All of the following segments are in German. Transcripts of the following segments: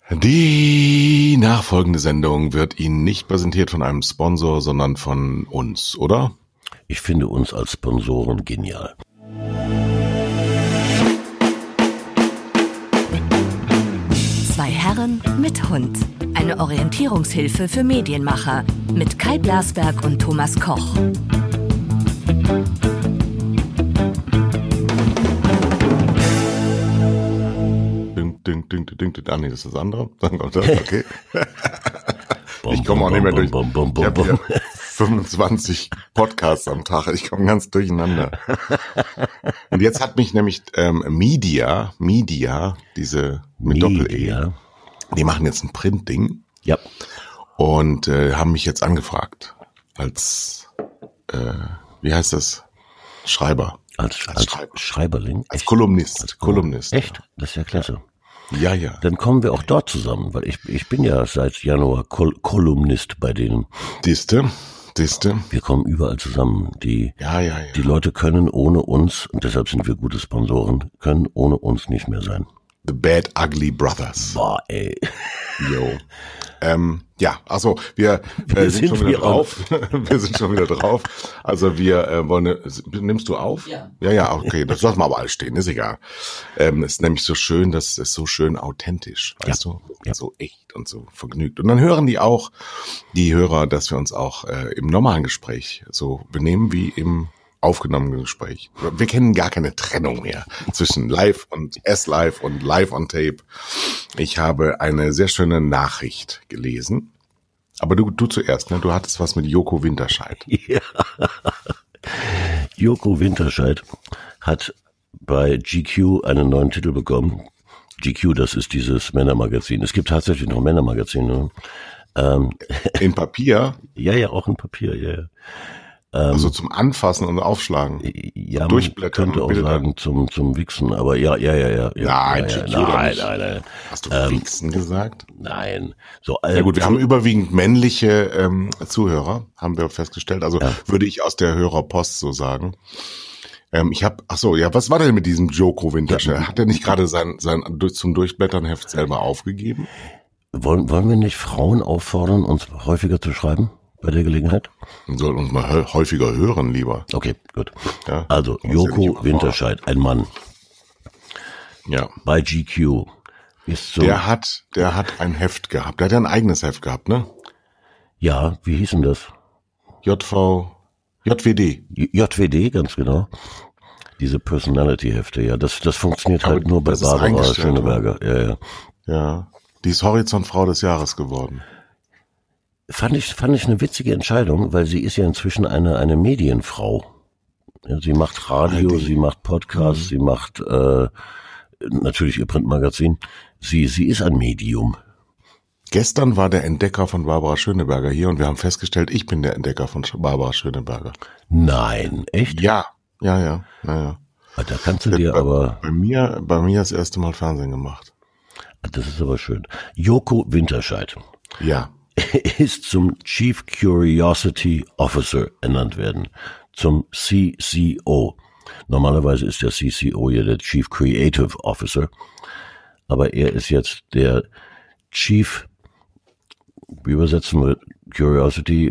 Die nachfolgende Sendung wird Ihnen nicht präsentiert von einem Sponsor, sondern von uns, oder? Ich finde uns als Sponsoren genial. Zwei Herren mit Hund. Eine Orientierungshilfe für Medienmacher mit Kai Blasberg und Thomas Koch. Ah, nee, das ist das andere. Okay. Ich komme auch nicht mehr durch. Ich habe hier 25 Podcasts am Tag. Ich komme ganz durcheinander. Und jetzt hat mich nämlich Media, diese mit Doppel-E, die machen jetzt ein Printding. Ja. Und haben mich jetzt angefragt als, wie heißt das? Schreiber. Als Schreiberling? Als Kolumnist. Kolumnist. Echt? Das ist ja klasse. Ja. Dann kommen wir auch dort zusammen, weil ich bin ja seit Januar Kolumnist bei denen. Diste. Wir kommen überall zusammen. Die Die Leute können ohne uns, und deshalb sind wir gute Sponsoren, können ohne uns nicht mehr sein. The Bad Ugly Brothers. Boah, ey. Jo. Also wir sind schon wieder drauf. Wir sind schon wieder drauf. Also wir wollen, nimmst du auf? Ja. Ja, okay, das lassen wir aber alles stehen, ist egal. Ist nämlich so schön, das ist so schön authentisch, weißt du? Ja. So echt und so vergnügt. Und dann hören die Hörer, dass wir uns auch im normalen Gespräch so benehmen wie im aufgenommenen Gespräch. Wir kennen gar keine Trennung mehr zwischen Live und S-Live und Live on Tape. Ich habe eine sehr schöne Nachricht gelesen. Aber du zuerst, ne? Du hattest was mit Joko Winterscheid. Ja. Joko Winterscheid hat bei GQ einen neuen Titel bekommen. GQ, das ist dieses Männermagazin. Es gibt tatsächlich noch Männermagazine. In Papier? Ja, auch in Papier, ja. Also zum Anfassen und Aufschlagen. Ja, man Durchblättern. könnte auch sagen zum Wichsen, aber ja. Nein, Nein. Hast du Wichsen gesagt? Nein. So, Ja gut, wir haben überwiegend männliche Zuhörer, haben wir festgestellt. Also würde ich aus der Hörerpost so sagen. Was war denn mit diesem Joko Winterscheid? Hat er nicht gerade sein zum Durchblättern-Heft selber aufgegeben? Wollen wir nicht Frauen auffordern, uns häufiger zu schreiben bei der Gelegenheit? Wir sollten uns mal häufiger hören, lieber. Okay, gut. Ja, Also, Joko Winterscheid, ein Mann. Ja. Bei GQ ist so. Der hat ein Heft gehabt. Der hat ja ein eigenes Heft gehabt, ne? Ja, wie hieß denn das? JWD. JWD, ganz genau. Diese Personality-Hefte, ja. Das funktioniert Aber halt nur bei das ist Barbara eingestellt, Schöneberger. Ja. Ja. Die ist Horizontfrau des Jahres geworden. Fand ich eine witzige Entscheidung, weil sie ist ja inzwischen eine Medienfrau. Ja, sie macht Radio, sie macht Podcasts, sie macht natürlich ihr Printmagazin. Sie ist ein Medium. Gestern war der Entdecker von Barbara Schöneberger hier und wir haben festgestellt, ich bin der Entdecker von Barbara Schöneberger. Nein, echt? Ja. Da kannst du dir aber... Bei mir das erste Mal Fernsehen gemacht. Das ist aber schön. Joko Winterscheid. Ja. Ist zum Chief Curiosity Officer ernannt werden, zum CCO. Normalerweise ist der CCO ja der Chief Creative Officer, aber er ist jetzt der Chief, wie übersetzen wir Curiosity,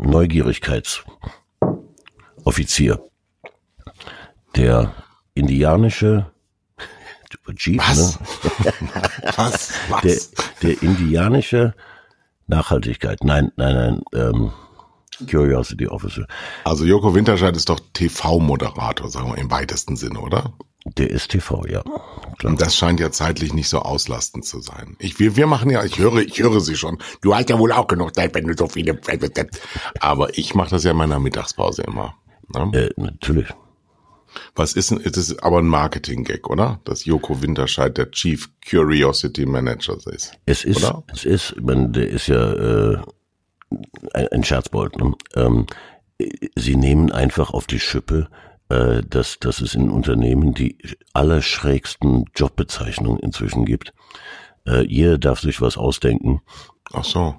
Neugierigkeitsoffizier. Der indianische Chief, Was? ne? Was? Der indianische Nachhaltigkeit. Nein, Curiosity Officer. Also Joko Winterscheid ist doch TV-Moderator, sagen wir im weitesten Sinne, oder? Der ist TV, ja. Klar. Und das scheint ja zeitlich nicht so auslastend zu sein. Wir machen ja, ich höre sie schon. Du hast ja wohl auch genug Zeit, wenn du so viele... Aber ich mache das ja in meiner Mittagspause immer. Ne? Natürlich. Was ist denn, das ist aber ein Marketing-Gag, oder? Dass Joko Winterscheid der Chief Curiosity Manager ist. Es ist, ich meine, der ist ja ein Scherzbold. Ne? Sie nehmen einfach auf die Schippe, dass es in Unternehmen die allerschrägsten Jobbezeichnungen inzwischen gibt. Jeder darf sich was ausdenken. Ach so.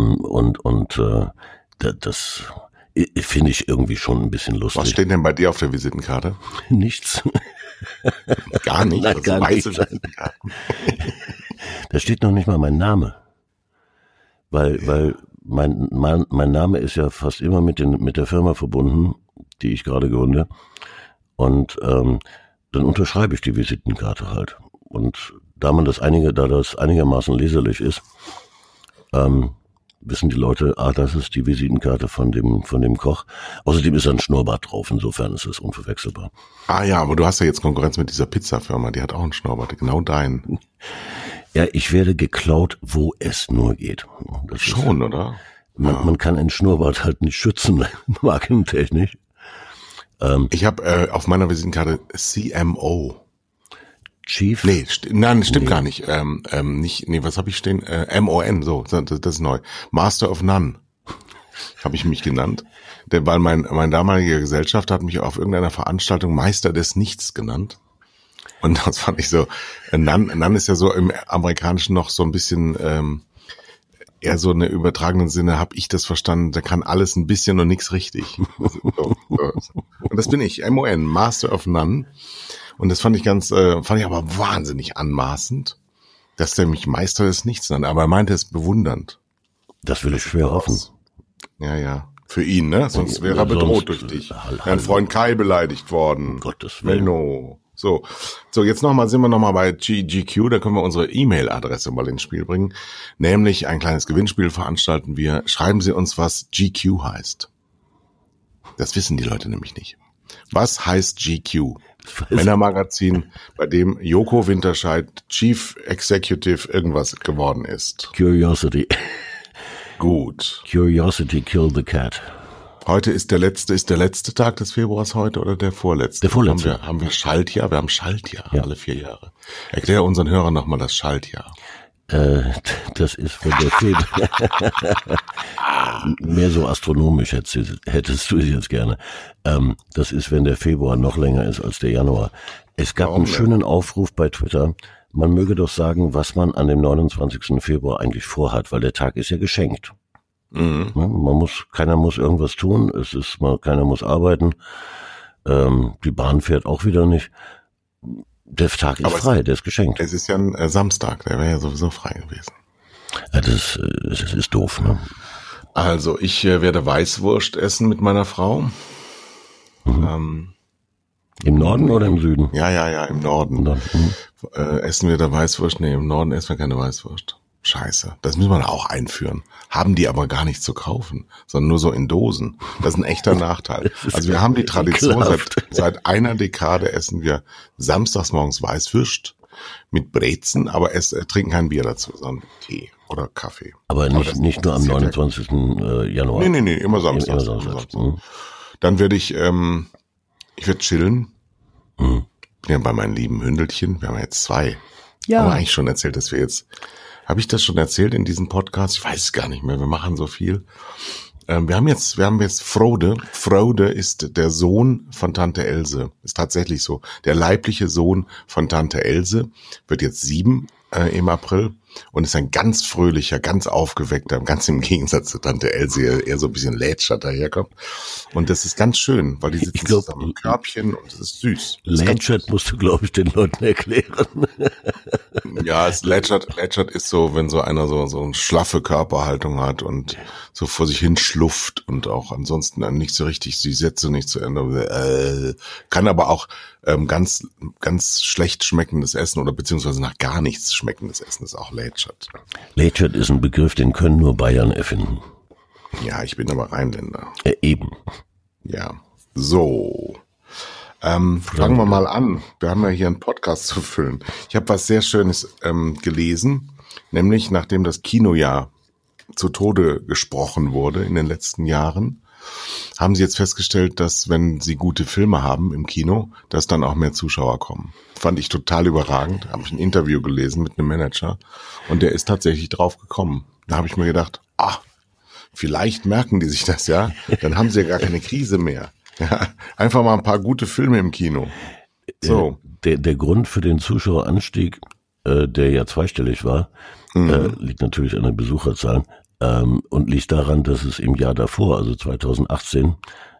Das finde ich irgendwie schon ein bisschen lustig. Was steht denn bei dir auf der Visitenkarte? Nichts. Gar nicht. Nein, gar weiße nicht. Visitenkarten. Da steht noch nicht mal mein Name. Weil mein Name ist ja fast immer mit der Firma verbunden, die ich gerade gründe. Und dann unterschreibe ich die Visitenkarte halt. Und da das einigermaßen leserlich ist, wissen die Leute, das ist die Visitenkarte von dem Koch. Außerdem ist ein Schnurrbart drauf, insofern ist es unverwechselbar. Ja, aber du hast ja jetzt Konkurrenz mit dieser Pizzafirma, die hat auch einen Schnurrbart, genau deinen. Ja, ich werde geklaut, wo es nur geht. Das schon, oder? Man kann einen Schnurrbart halt nicht schützen, markentechnisch. Ich habe auf meiner Visitenkarte CMO. Chief? Nein, stimmt gar nicht. Was habe ich stehen? MON, so, das ist neu. Master of None habe ich mich genannt. Weil mein damaliger Gesellschafter hat mich auf irgendeiner Veranstaltung Meister des Nichts genannt. Und das fand ich so, None ist ja so im Amerikanischen noch so ein bisschen eher so eine übertragenen Sinne, habe ich das verstanden, da kann alles ein bisschen und nichts richtig. So. Und das bin ich, MON, Master of None. Und das fand ich aber wahnsinnig anmaßend, dass der mich Meister des Nichts nannte. Aber er meinte es bewundernd. Das will ich schwer hoffen. Ja. Für ihn, ne? Sonst wäre er bedroht durch dich. Dein Freund Kai beleidigt worden. Um Gottes Willen. Menno. So, jetzt sind wir nochmal bei GQ, da können wir unsere E-Mail-Adresse mal ins Spiel bringen. Nämlich ein kleines Gewinnspiel veranstalten wir. Schreiben Sie uns, was GQ heißt. Das wissen die Leute nämlich nicht. Was heißt GQ? Männermagazin, bei dem Joko Winterscheid Chief Executive irgendwas geworden ist. Curiosity. Gut. Curiosity killed the cat. Heute ist der letzte Tag des Februars heute oder der vorletzte? Der vorletzte. Haben wir Schaltjahr? Wir haben Schaltjahr alle 4 Jahre. Erklär unseren Hörern nochmal das Schaltjahr. Das ist, wenn der Februar, mehr so astronomisch hättest du es jetzt gerne. Das ist, wenn der Februar noch länger ist als der Januar. Es gab einen schönen Aufruf bei Twitter. Man möge doch sagen, was man an dem 29. Februar eigentlich vorhat, weil der Tag ist ja geschenkt. Mhm. Keiner muss irgendwas tun. Keiner muss arbeiten. Die Bahn fährt auch wieder nicht. Der Tag ist frei, der ist geschenkt. Es ist ja ein Samstag, der wäre ja sowieso frei gewesen. Ja, das ist doof, ne? Also ich werde Weißwurst essen mit meiner Frau. Mhm. Im Norden oder im Süden? Ja, im Norden. Essen wir da Weißwurst? Nee, im Norden essen wir keine Weißwurst. Scheiße, das müssen wir auch einführen. Haben die aber gar nicht zu kaufen, sondern nur so in Dosen. Das ist ein echter Nachteil. Also wir haben die Tradition, seit einer Dekade essen wir samstags morgens Weißwurst mit Brezen, aber trinken kein Bier dazu, sondern Tee oder Kaffee. Aber nicht nur am 29. Januar? Nee, immer samstags. Dann werde ich werde chillen. Mhm. Bin ja bei meinen lieben Hündelchen. Wir haben ja jetzt 2. Ja. Haben wir eigentlich schon erzählt, dass wir jetzt... Habe ich das schon erzählt in diesem Podcast? Ich weiß es gar nicht mehr. Wir machen so viel. Wir haben jetzt Frode. Frode ist der Sohn von Tante Else. Ist tatsächlich so. Der leibliche Sohn von Tante Else wird jetzt 7 im April und ist ein ganz fröhlicher, ganz aufgeweckter, ganz im Gegensatz zu Tante Else, eher so ein bisschen lätschert daherkommt. Und das ist ganz schön, weil die sitzen zusammen im Körbchen und es ist süß. Lätschert musst du, glaube ich, den Leuten erklären. Ja, lätschert ist so, wenn so einer so eine schlaffe Körperhaltung hat und so vor sich hin schlufft und auch ansonsten nicht so richtig die Sätze nicht zu Ende, kann aber auch ganz, ganz schlecht schmeckendes Essen oder beziehungsweise nach gar nichts schmeckendes Essen ist auch lätschert. Lätschert ist ein Begriff, den können nur Bayern erfinden. Ja, ich bin aber Rheinländer. Eben. Ja. So. Fangen wir mal an. Wir haben ja hier einen Podcast zu füllen. Ich habe was sehr Schönes gelesen, nämlich nachdem das Kinojahr zu Tode gesprochen wurde in den letzten Jahren, haben sie jetzt festgestellt, dass wenn sie gute Filme haben im Kino, dass dann auch mehr Zuschauer kommen. Fand ich total überragend. Habe ich ein Interview gelesen mit einem Manager und der ist tatsächlich drauf gekommen. Da habe ich mir gedacht, vielleicht merken die sich das, ja, dann haben sie ja gar keine Krise mehr. Ja, einfach mal ein paar gute Filme im Kino. So. Der Grund für den Zuschaueranstieg, der ja zweistellig war, liegt natürlich an den Besucherzahlen und liegt daran, dass es im Jahr davor, also 2018,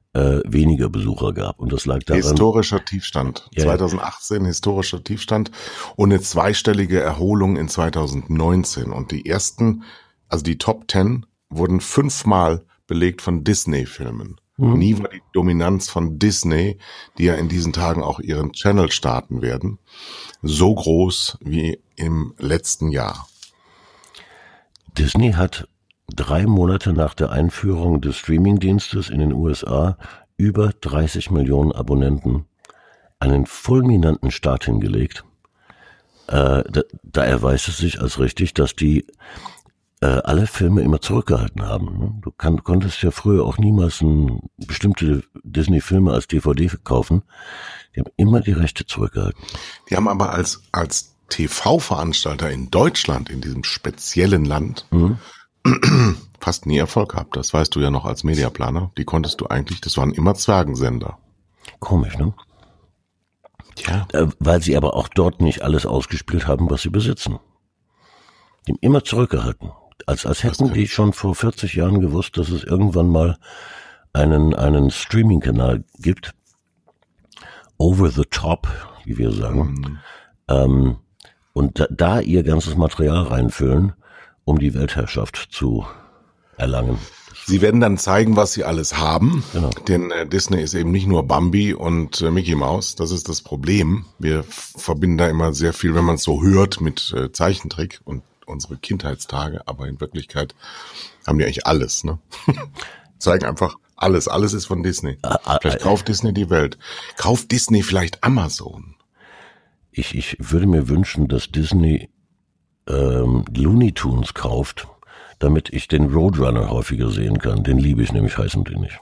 weniger Besucher gab. Und das lag daran. Historischer Tiefstand. Ja, 2018 historischer Tiefstand und eine zweistellige Erholung in 2019. Und die ersten, also die Top 10 wurden 5-mal belegt von Disney-Filmen. Nie war die Dominanz von Disney, die ja in diesen Tagen auch ihren Channel starten werden, so groß wie im letzten Jahr. Disney hat 3 Monate nach der Einführung des Streamingdienstes in den USA über 30 Millionen Abonnenten einen fulminanten Start hingelegt. Da erweist es sich als richtig, dass die alle Filme immer zurückgehalten haben. Du konntest ja früher auch niemals bestimmte Disney-Filme als DVD kaufen. Die haben immer die Rechte zurückgehalten. Die haben aber als TV-Veranstalter in Deutschland, in diesem speziellen Land, fast nie Erfolg gehabt. Das weißt du ja noch als Mediaplaner. Die konntest du eigentlich, das waren immer Zwergensender. Komisch, ne? Tja. Weil sie aber auch dort nicht alles ausgespielt haben, was sie besitzen. Die haben immer zurückgehalten. Als hätten die schon vor 40 Jahren gewusst, dass es irgendwann mal einen Streaming-Kanal gibt. Over the top, wie wir sagen. Und da ihr ganzes Material reinfüllen, um die Weltherrschaft zu erlangen. Sie werden dann zeigen, was sie alles haben, genau. Denn Disney ist eben nicht nur Bambi und Mickey Mouse, das ist das Problem. Wir verbinden da immer sehr viel, wenn man es so hört, mit Zeichentrick und unsere Kindheitstage, aber in Wirklichkeit haben die eigentlich alles, ne? Zeigen einfach alles ist von Disney. Vielleicht kauft Disney die Welt. Kauft Disney vielleicht Amazon? Ich würde mir wünschen, dass Disney Looney Tunes kauft, damit ich den Roadrunner häufiger sehen kann. Den liebe ich nämlich heiß und innig.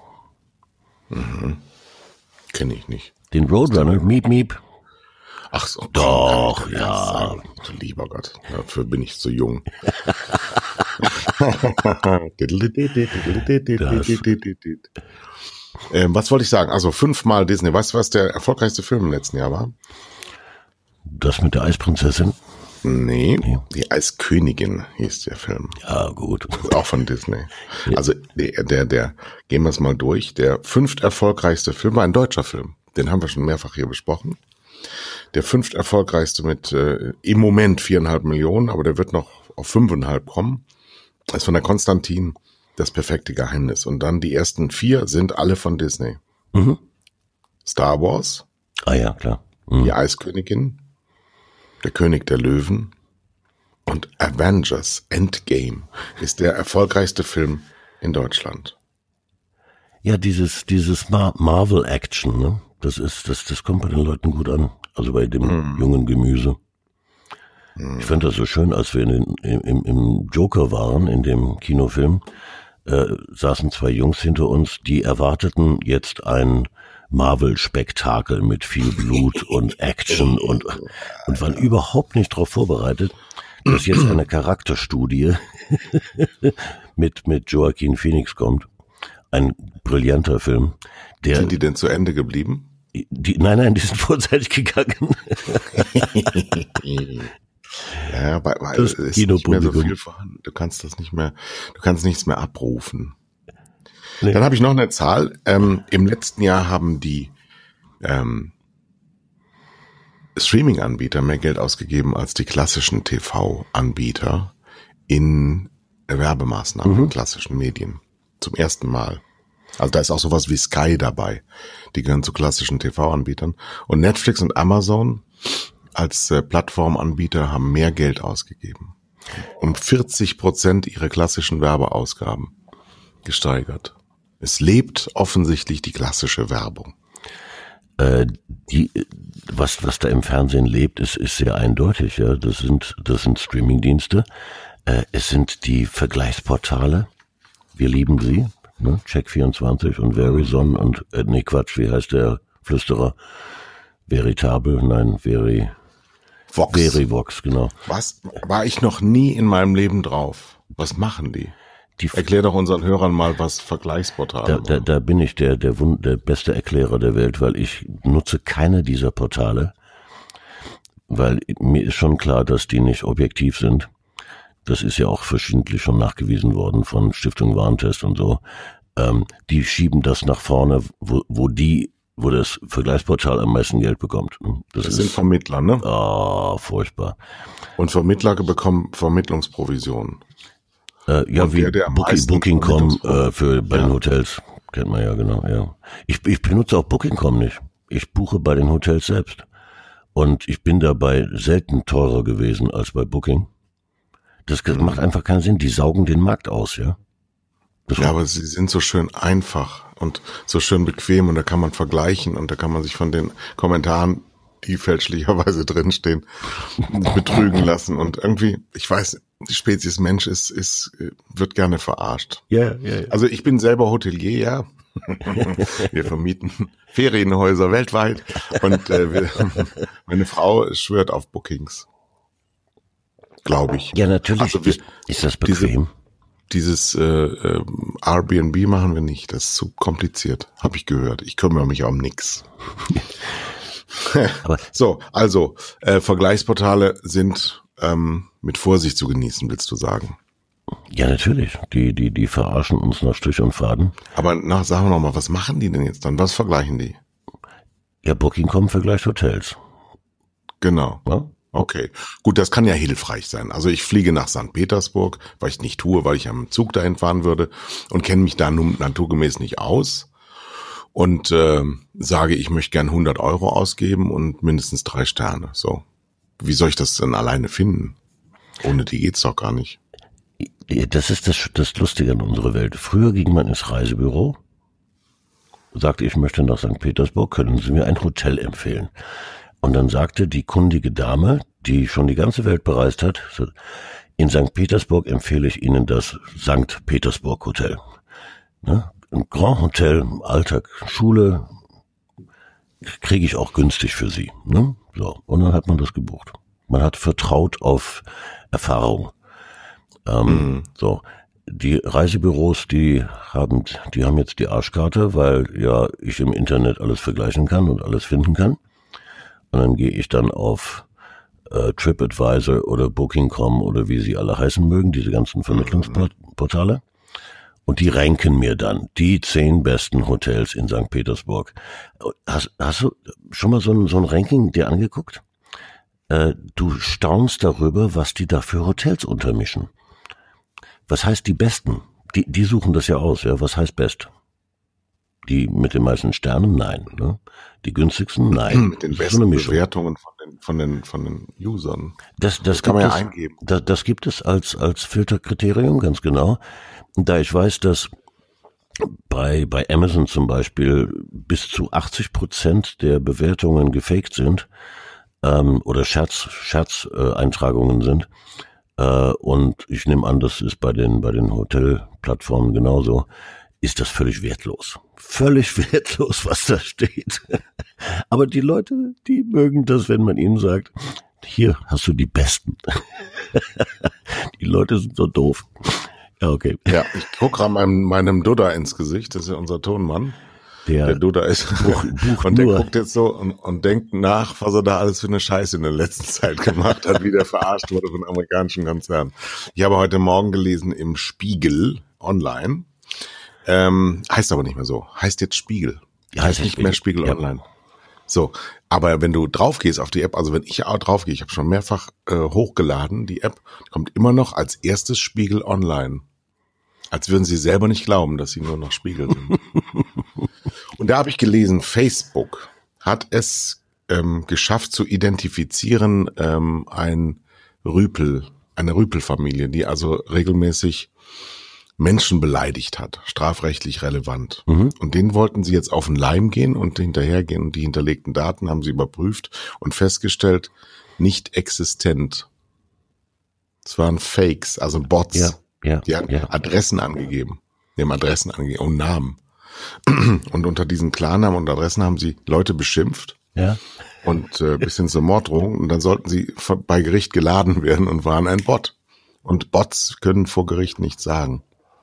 Kenne ich nicht. Den Roadrunner, Miep Miep. Ach so. Doch, ja. Lieber Gott, dafür bin ich zu jung. Was wollte ich sagen? Also 5-mal Disney. Weißt du, was der erfolgreichste Film im letzten Jahr war? Das mit der Eisprinzessin? Nee, die Eiskönigin hieß der Film. Ja, gut. Ist auch von Disney. Also der gehen wir es mal durch. Der 5. erfolgreichste Film war ein deutscher Film. Den haben wir schon mehrfach hier besprochen. Der 5. erfolgreichste mit im Moment 4,5 Millionen, aber der wird noch auf 5,5 kommen. Das ist von der Konstantin, Das perfekte Geheimnis. Und dann die ersten 4 sind alle von Disney. Star Wars. Ah ja, klar. Die Eiskönigin. Der König der Löwen und Avengers Endgame ist der erfolgreichste Film in Deutschland. Ja, dieses Marvel-Action, ne? Das kommt bei den Leuten gut an. Also bei dem jungen Gemüse. Ich fand das so schön, als wir im Joker waren, in dem Kinofilm, saßen 2 Jungs hinter uns, die erwarteten jetzt ein Marvel-Spektakel mit viel Blut und Action und waren überhaupt nicht darauf vorbereitet, dass jetzt eine Charakterstudie mit Joaquin Phoenix kommt. Ein brillanter Film. Sind die denn zu Ende geblieben? Nein, die sind vorzeitig gegangen. Ja, weil es ist nicht mehr so viel vorhanden. Du kannst nichts mehr abrufen. Nee. Dann habe ich noch eine Zahl. Im letzten Jahr haben die Streaming-Anbieter mehr Geld ausgegeben als die klassischen TV-Anbieter in Werbemaßnahmen, in klassischen Medien. Zum ersten Mal. Also da ist auch sowas wie Sky dabei. Die gehören zu klassischen TV-Anbietern. Und Netflix und Amazon als Plattformanbieter haben mehr Geld ausgegeben. Um 40% ihre klassischen Werbeausgaben gesteigert. Es lebt offensichtlich die klassische Werbung. Was da im Fernsehen lebt, ist sehr eindeutig. Ja, das sind Streamingdienste. Es sind die Vergleichsportale. Wir lieben sie. Ne? Check24 und Verizon und wie heißt der Flüsterer? Verivox, genau. Was? War ich noch nie in meinem Leben drauf. Was machen die? Erklär doch unseren Hörern mal, was Vergleichsportale sind. Da bin ich der beste Erklärer der Welt, weil ich nutze keine dieser Portale, weil mir ist schon klar, dass die nicht objektiv sind. Das ist ja auch verschiedentlich schon nachgewiesen worden von Stiftung Warentest und so. Die schieben das nach vorne, wo das Vergleichsportal am meisten Geld bekommt. Das sind Vermittler, ne? Furchtbar. Und Vermittler bekommen Vermittlungsprovisionen. Ja, wie Booking.com bei den Hotels. Kennt man ja, genau, ja. Ich benutze auch Booking.com nicht. Ich buche bei den Hotels selbst. Und ich bin dabei selten teurer gewesen als bei Booking. Das macht einfach keinen Sinn. Die saugen den Markt aus, ja. Ja, aber sie sind so schön einfach und so schön bequem und da kann man vergleichen und da kann man sich von den Kommentaren, die fälschlicherweise drinstehen, betrügen lassen und irgendwie, ich weiß, die Spezies Mensch wird gerne verarscht. Ja. Also ich bin selber Hotelier, ja. Wir vermieten Ferienhäuser weltweit und meine Frau schwört auf Bookings. Glaube ich. Ja, natürlich. Also ist das bequem? Dieses Airbnb machen wir nicht, das ist zu kompliziert, habe ich gehört. Ich kümmere mich um nix. So, also Vergleichsportale sind mit Vorsicht zu genießen, willst du sagen? Ja, natürlich. Die verarschen uns nach Strich und Faden. Aber sagen wir nochmal, was machen die denn jetzt dann? Was vergleichen die? Ja, Booking.com vergleicht Hotels. Genau. Ja? Okay, gut, das kann ja hilfreich sein. Also ich fliege nach St. Petersburg, was ich nicht tue, weil ich am Zug dahin fahren würde und kenne mich da nun naturgemäß nicht aus und sage, ich möchte gern 100 Euro ausgeben und mindestens 3 Sterne. So, wie soll ich das denn alleine finden? Ohne die geht's doch gar nicht. Das ist das Lustige an unserer Welt. Früher ging man ins Reisebüro, sagte, ich möchte nach St. Petersburg, können Sie mir ein Hotel empfehlen? Und dann sagte die kundige Dame, die schon die ganze Welt bereist hat, in St. Petersburg empfehle ich Ihnen das St. Petersburg Hotel. Ne? Ein Grand Hotel, Alltag, Schule, kriege ich auch günstig für Sie. Ne? So, und dann hat man das gebucht. Man hat vertraut auf Erfahrung. So, die Reisebüros, die haben jetzt die Arschkarte, weil ja ich im Internet alles vergleichen kann und alles finden kann. Und dann gehe ich dann auf TripAdvisor oder Booking.com oder wie sie alle heißen mögen, diese ganzen Vermittlungsportale. Und die ranken mir dann die 10 besten Hotels in St. Petersburg. Hast du schon mal so ein Ranking dir angeguckt? Du staunst darüber, was die da für Hotels untermischen. Was heißt die besten? Die suchen das ja aus, ja. Was heißt best? Die mit den meisten Sternen? Nein. Ne? Die günstigsten? Nein. Mit den besten Bewertungen von den Usern. Das kann man ja eingeben. Das gibt es als Filterkriterium, ganz genau. Und da ich weiß, dass bei Amazon zum Beispiel bis zu 80% der Bewertungen gefaked sind, oder Scherzeintragungen sind, und ich nehme an, das ist bei den Hotelplattformen genauso, ist das völlig wertlos. Völlig wertlos, was da steht. Aber die Leute, die mögen das, wenn man ihnen sagt, hier hast du die Besten. Die Leute sind so doof. Ja, okay. Ja, ich gucke gerade meinem Dudda ins Gesicht, das ist ja unser Tonmann. Der Dudda ist, und der guckt jetzt so und denkt nach, was er da alles für eine Scheiße in der letzten Zeit gemacht hat, wie der verarscht wurde von amerikanischen Konzernen. Ich habe heute Morgen gelesen im Spiegel online, heißt aber nicht mehr so, heißt jetzt Spiegel. Heißt nicht mehr Spiegel Online. So, aber wenn du drauf gehst auf die App, also wenn ich auch drauf gehe, ich habe schon mehrfach hochgeladen, die App, kommt immer noch als erstes Spiegel Online. Als würden sie selber nicht glauben, dass sie nur noch Spiegel sind. Und da habe ich gelesen, Facebook hat es geschafft zu identifizieren, eine Rüpelfamilie, die also regelmäßig Menschen beleidigt hat, strafrechtlich relevant. Und denen wollten sie jetzt auf den Leim gehen und hinterhergehen und die hinterlegten Daten haben sie überprüft und festgestellt, nicht existent. Es waren Fakes, also Bots. Ja, die haben Adressen angegeben. Die haben Adressen angegeben und Namen. Und unter diesen Klarnamen und Adressen haben sie Leute beschimpft. Ja. Und bis hin zur Morddrohung. Und dann sollten sie bei Gericht geladen werden und waren ein Bot. Und Bots können vor Gericht nichts sagen.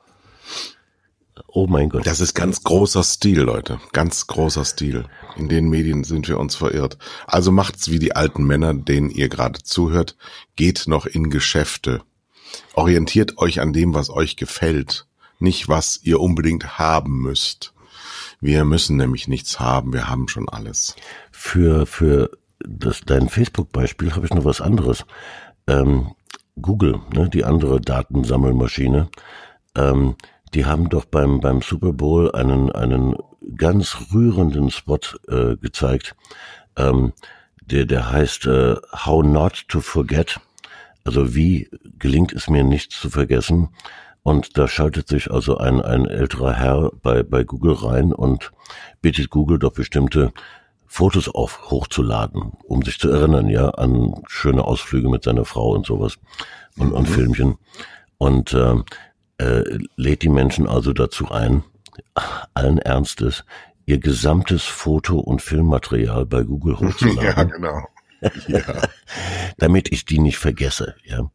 Oh mein Gott. Das ist ganz großer Stil, Leute. Ganz großer Stil. In den Medien sind wir uns verirrt. Also macht's wie die alten Männer, denen ihr gerade zuhört. Geht noch in Geschäfte. Orientiert euch an dem, was euch gefällt. nicht, was ihr unbedingt haben müsst. Wir müssen nämlich nichts haben, wir haben schon alles. Für dein Facebook-Beispiel habe ich noch was anderes. Google, ne, die andere Datensammelmaschine, die haben doch beim Super Bowl einen ganz rührenden Spot gezeigt, der heißt How Not to Forget, also wie gelingt es mir nichts zu vergessen. Und da schaltet sich also ein älterer Herr bei Google rein und bittet Google doch bestimmte Fotos hochzuladen, um sich zu erinnern, ja, an schöne Ausflüge mit seiner Frau und sowas und Filmchen. Und lädt die Menschen also dazu ein, allen Ernstes, ihr gesamtes Foto- und Filmmaterial bei Google hochzuladen. Ja, genau. Ja. Damit ich die nicht vergesse, ja.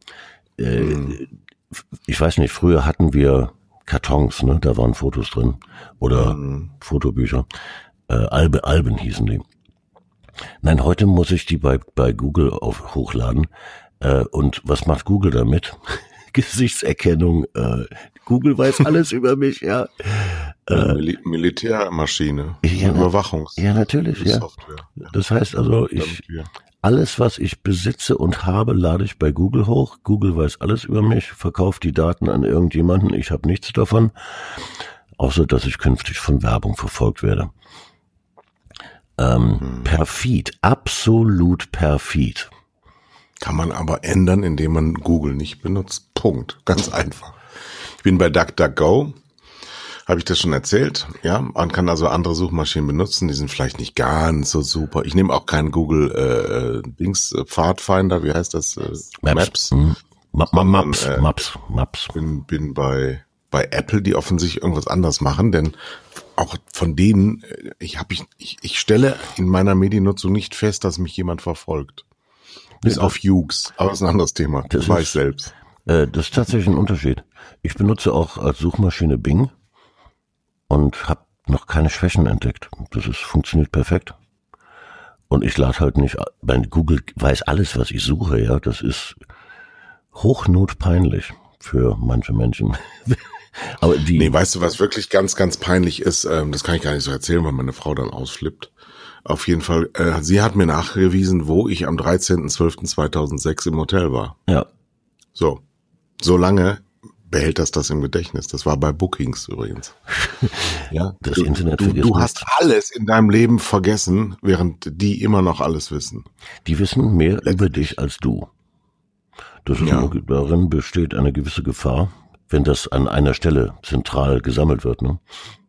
Ich weiß nicht, früher hatten wir Kartons, ne, da waren Fotos drin. Oder Fotobücher. Alben hießen die. Nein, heute muss ich die bei Google hochladen. Und was macht Google damit? Gesichtserkennung. Google weiß alles über mich, ja. Militärmaschine. Ja, Überwachungs. Ja, natürlich, ja. Software. Ja. Das heißt also, alles, was ich besitze und habe, lade ich bei Google hoch. Google weiß alles über mich, verkauft die Daten an irgendjemanden. Ich habe nichts davon, außer dass ich künftig von Werbung verfolgt werde. Perfid, absolut perfid. Kann man aber ändern, indem man Google nicht benutzt. Punkt. Ganz einfach. Ich bin bei DuckDuckGo. Habe ich das schon erzählt? Ja, man kann also andere Suchmaschinen benutzen, die sind vielleicht nicht ganz so super. Ich nehme auch keinen Google Pfadfinder, wie heißt das? Maps. Maps. Bin bei Apple, die offensichtlich irgendwas anderes machen, denn auch von denen, ich stelle in meiner Mediennutzung nicht fest, dass mich jemand verfolgt. Bis auf Hughes, aber das ist ein anderes Thema. Das weiß ich selbst. Das ist tatsächlich ein Unterschied. Ich benutze auch als Suchmaschine Bing und habe noch keine Schwächen entdeckt. Funktioniert perfekt. Und ich lade halt nicht, weil Google weiß alles, was ich suche, ja. Das ist hochnotpeinlich für manche Menschen. Aber weißt du, was wirklich ganz, ganz peinlich ist? Das kann ich gar nicht so erzählen, weil meine Frau dann ausflippt. Auf jeden Fall, sie hat mir nachgewiesen, wo ich am 13.12.2006 im Hotel war. Ja. So lange behält das im Gedächtnis. Das war bei Bookings übrigens. Ja, das Internet vergisst du hast alles in deinem Leben vergessen, während die immer noch alles wissen. Die wissen mehr über dich als du. Darin besteht eine gewisse Gefahr, wenn das an einer Stelle zentral gesammelt wird, ne?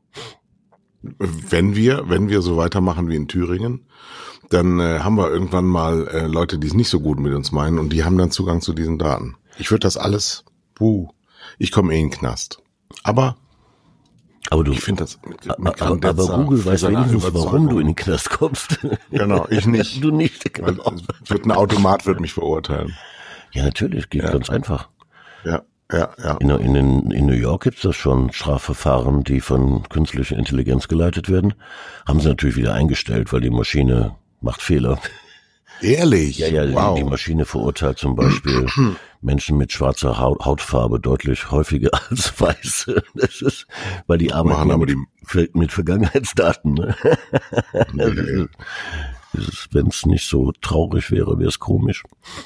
Wenn wir so weitermachen wie in Thüringen, dann haben wir irgendwann mal Leute, die es nicht so gut mit uns meinen und die haben dann Zugang zu diesen Daten. Ich würde das alles, ich komme in den Knast. Aber ich finde das mit aber Google weiß wenigstens, warum du in den Knast kommst. Genau, ich nicht. Du nicht, genau. Ein Automat wird mich verurteilen. Ja, natürlich, geht ganz einfach. Ja. In New York gibt's das schon, Strafverfahren, die von künstlicher Intelligenz geleitet werden. Haben sie natürlich wieder eingestellt, weil die Maschine macht Fehler. Ehrlich? Ja, wow. Die Maschine verurteilt zum Beispiel Menschen mit schwarzer Hautfarbe deutlich häufiger als Weiße. Das ist, weil die arbeiten mit Vergangenheitsdaten. Ne? Wenn es nicht so traurig wäre, wäre es komisch.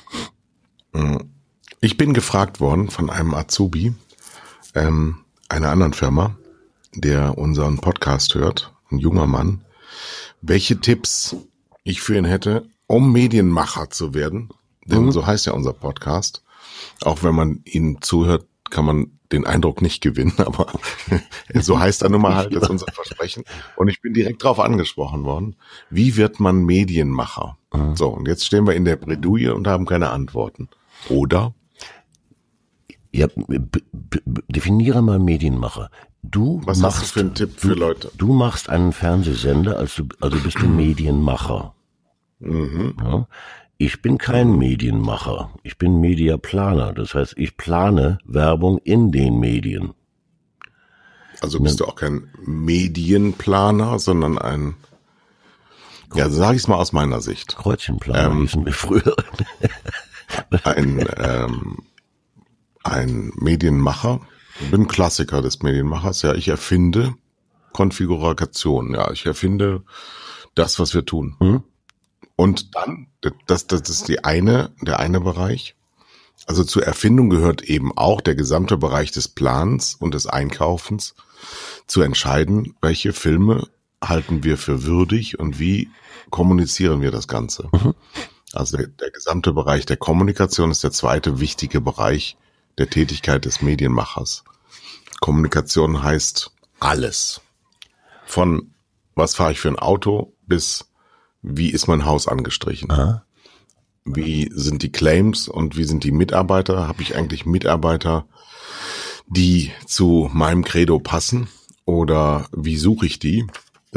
Ich bin gefragt worden von einem Azubi einer anderen Firma, der unseren Podcast hört, ein junger Mann, welche Tipps ich für ihn hätte, um Medienmacher zu werden. Denn so heißt ja unser Podcast. Auch wenn man ihm zuhört, kann man den Eindruck nicht gewinnen, aber so heißt er nun mal halt, das ist unser Versprechen. Und ich bin direkt darauf angesprochen worden, wie wird man Medienmacher? So, und jetzt stehen wir in der Bredouille und haben keine Antworten. Oder? Ja, definiere mal Medienmacher. Was hast du für einen Tipp für Leute? Du machst einen Fernsehsender, also bist du Medienmacher. Ja? Ich bin kein Medienmacher. Ich bin Mediaplaner. Das heißt, ich plane Werbung in den Medien. Also bist du auch kein Medienplaner, sondern ein, ja, sag ich's mal aus meiner Sicht. Kreuzchenplaner hießen wir früher. Ein Medienmacher Ich bin Klassiker des Medienmachers. Ja, ich erfinde Konfiguration. Ja, ich erfinde das, was wir tun. Und dann, das ist der eine Bereich. Also zur Erfindung gehört eben auch der gesamte Bereich des Plans und des Einkaufens, zu entscheiden, welche Filme halten wir für würdig und wie kommunizieren wir das Ganze. Also der gesamte Bereich der Kommunikation ist der zweite wichtige Bereich der Tätigkeit des Medienmachers. Kommunikation heißt alles. Von was fahre ich für ein Auto bis wie ist mein Haus angestrichen. Wie sind die Claims und wie sind die Mitarbeiter? Habe ich eigentlich Mitarbeiter, die zu meinem Credo passen? Oder wie suche ich die?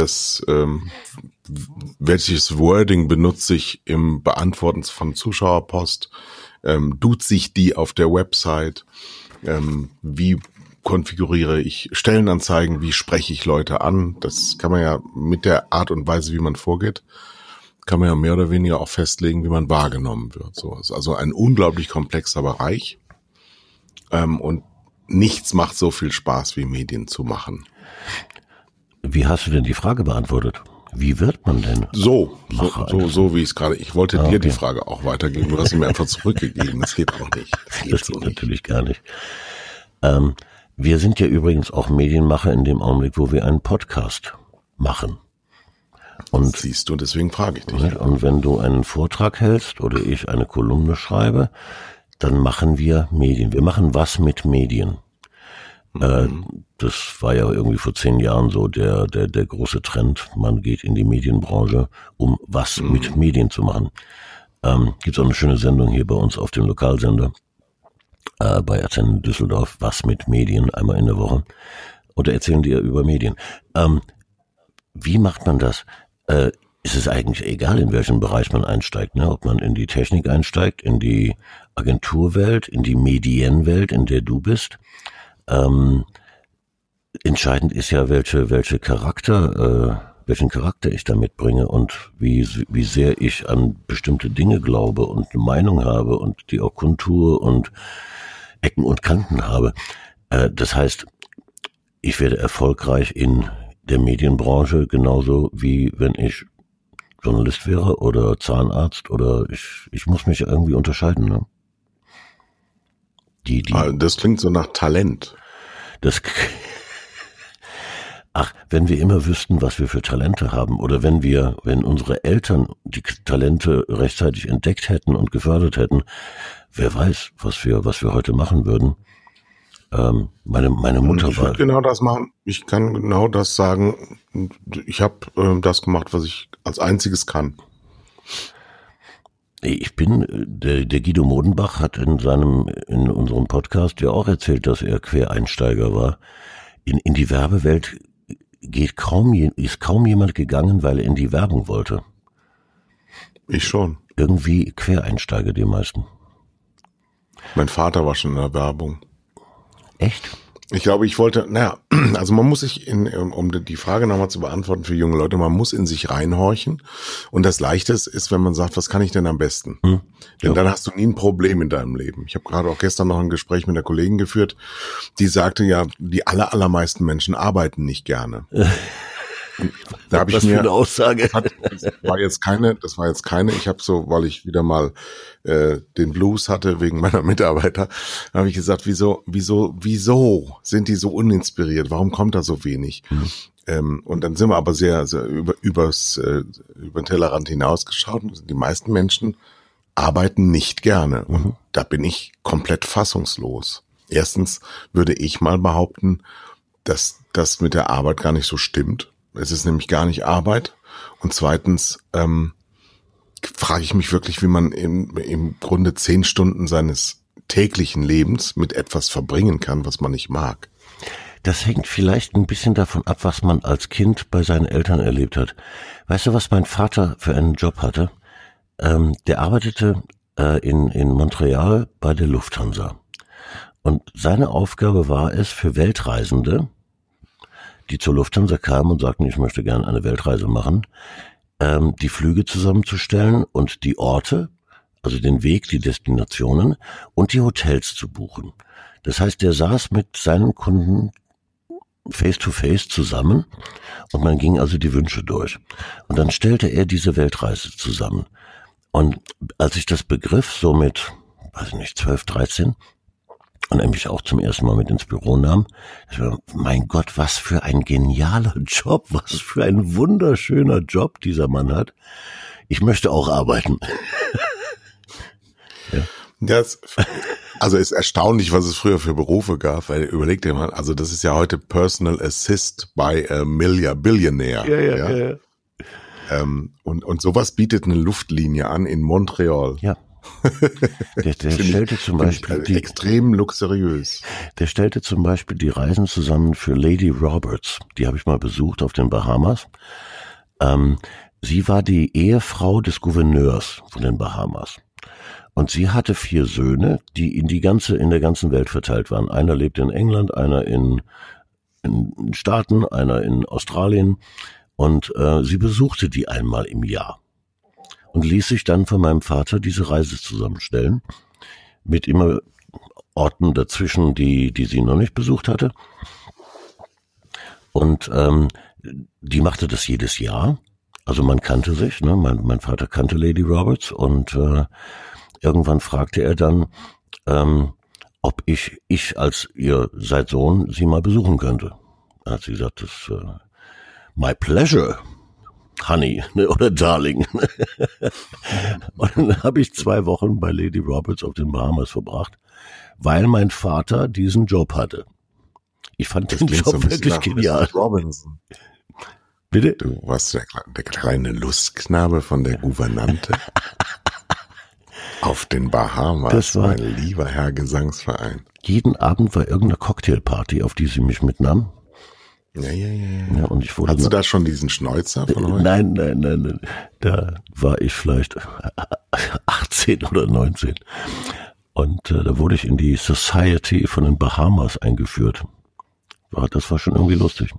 Welches Wording benutze ich im Beantworten von Zuschauerpost? Duze ich die auf der Website? Wie konfiguriere ich Stellenanzeigen? Wie spreche ich Leute an? Das kann man ja mit der Art und Weise, wie man vorgeht, kann man ja mehr oder weniger auch festlegen, wie man wahrgenommen wird. So ist also ein unglaublich komplexer Bereich. Und nichts macht so viel Spaß, wie Medien zu machen. Wie hast du denn die Frage beantwortet? Wie wird man denn? So wie ich es gerade. Ich wollte dir die Frage auch weitergeben. Du hast sie mir einfach zurückgegeben. Das geht auch nicht. Das geht natürlich gar nicht. Wir sind ja übrigens auch Medienmacher in dem Augenblick, wo wir einen Podcast machen. Und siehst du, deswegen frage ich dich. Und wenn du einen Vortrag hältst oder ich eine Kolumne schreibe, dann machen wir Medien. Wir machen was mit Medien. Das war ja irgendwie vor 10 Jahren so der große Trend. Man geht in die Medienbranche, um was mit Medien zu machen. Gibt's auch eine schöne Sendung hier bei uns auf dem Lokalsender bei RTL Düsseldorf, was mit Medien, einmal in der Woche. Und da erzählen die ja über Medien. Wie macht man das? Ist es eigentlich egal, in welchem Bereich man einsteigt, ne? Ob man in die Technik einsteigt, in die Agenturwelt, in die Medienwelt, in der du bist. Entscheidend ist ja, welchen Charakter ich da mitbringe und wie sehr ich an bestimmte Dinge glaube und eine Meinung habe und die auch kundtue und Ecken und Kanten habe. Das heißt, ich werde erfolgreich in der Medienbranche genauso wie wenn ich Journalist wäre oder Zahnarzt oder ich muss mich irgendwie unterscheiden, ne? Das klingt so nach Talent. Wenn wir immer wüssten, was wir für Talente haben oder wenn unsere Eltern die Talente rechtzeitig entdeckt hätten und gefördert hätten, wer weiß, was wir heute machen würden. Meine Mutter war. Ich genau das machen. Ich kann genau das sagen. Ich habe das gemacht, was ich als einziges kann. Der Guido Modenbach hat in unserem Podcast ja auch erzählt, dass er Quereinsteiger war. In die Werbewelt ist kaum jemand gegangen, weil er in die Werbung wollte. Ich schon. Irgendwie Quereinsteiger, die meisten. Mein Vater war schon in der Werbung. Echt? Ich glaube, also man muss sich um die Frage nochmal zu beantworten für junge Leute, man muss in sich reinhorchen. Und das Leichte ist, wenn man sagt, was kann ich denn am besten? Denn dann hast du nie ein Problem in deinem Leben. Ich habe gerade auch gestern noch ein Gespräch mit einer Kollegin geführt, die sagte ja, die allermeisten Menschen arbeiten nicht gerne. Da habe ich mir, für eine Aussage. Das war jetzt keine. Ich habe so, weil ich wieder mal den Blues hatte wegen meiner Mitarbeiter, habe ich gesagt, wieso sind die so uninspiriert? Warum kommt da so wenig? Und dann sind wir aber sehr, sehr über den Tellerrand hinausgeschaut. Die meisten Menschen arbeiten nicht gerne. Und da bin ich komplett fassungslos. Erstens würde ich mal behaupten, dass das mit der Arbeit gar nicht so stimmt. Es ist nämlich gar nicht Arbeit. Und zweitens frage ich mich wirklich, wie man im Grunde 10 Stunden seines täglichen Lebens mit etwas verbringen kann, was man nicht mag. Das hängt vielleicht ein bisschen davon ab, was man als Kind bei seinen Eltern erlebt hat. Weißt du, was mein Vater für einen Job hatte? Der arbeitete in Montreal bei der Lufthansa. Und seine Aufgabe war es für Weltreisende, die zur Lufthansa kamen und sagten, ich möchte gerne eine Weltreise machen, die Flüge zusammenzustellen und die Orte, also den Weg, die Destinationen und die Hotels zu buchen. Das heißt, der saß mit seinen Kunden face to face zusammen und man ging also die Wünsche durch. Und dann stellte er diese Weltreise zusammen. Und als ich das begriff, so mit, 12, 13, und er mich auch zum ersten Mal mit ins Büro nahm, mein Gott, was für ein genialer Job, was für ein wunderschöner Job dieser Mann hat. Ich möchte auch arbeiten. Ja. Also ist erstaunlich, was es früher für Berufe gab, weil überleg dir mal, also das ist ja heute Personal Assist bei Billionaire. Ja. Und sowas bietet eine Luftlinie an in Montreal. Ja. Der stellte zum Beispiel extrem luxuriös. Der stellte zum Beispiel die Reisen zusammen für Lady Roberts. Die habe ich mal besucht auf den Bahamas. Sie war die Ehefrau des Gouverneurs von den Bahamas. Und sie hatte 4 Söhne, die in der ganzen Welt verteilt waren. Einer lebte in England, einer in Staaten, einer in Australien. Und sie besuchte die einmal im Jahr. Und ließ sich dann von meinem Vater diese Reise zusammenstellen. Mit immer Orten dazwischen, die sie noch nicht besucht hatte. Und die machte das jedes Jahr. Also man kannte sich, ne? Mein Vater kannte Lady Roberts und irgendwann fragte er dann, ob ich als ihr seid Sohn sie mal besuchen könnte. Dann hat sie gesagt, das my pleasure, honey, ne, oder darling. Und dann habe ich 2 Wochen bei Lady Roberts auf den Bahamas verbracht, weil mein Vater diesen Job hatte. Ich fand den Job so wirklich genial. Robinson. Bitte? Du warst der kleine Lustknabe von der Gouvernante. Auf den Bahamas, das war, mein lieber Herr Gesangsverein. Jeden Abend war irgendeine Cocktailparty, auf die sie mich mitnahm. Ja. Und ich wurde Hast du da schon diesen Schnäuzer von heute? Nein. Da war ich vielleicht 18 oder 19. Und da wurde ich in die Society von den Bahamas eingeführt. Das war schon irgendwie lustig.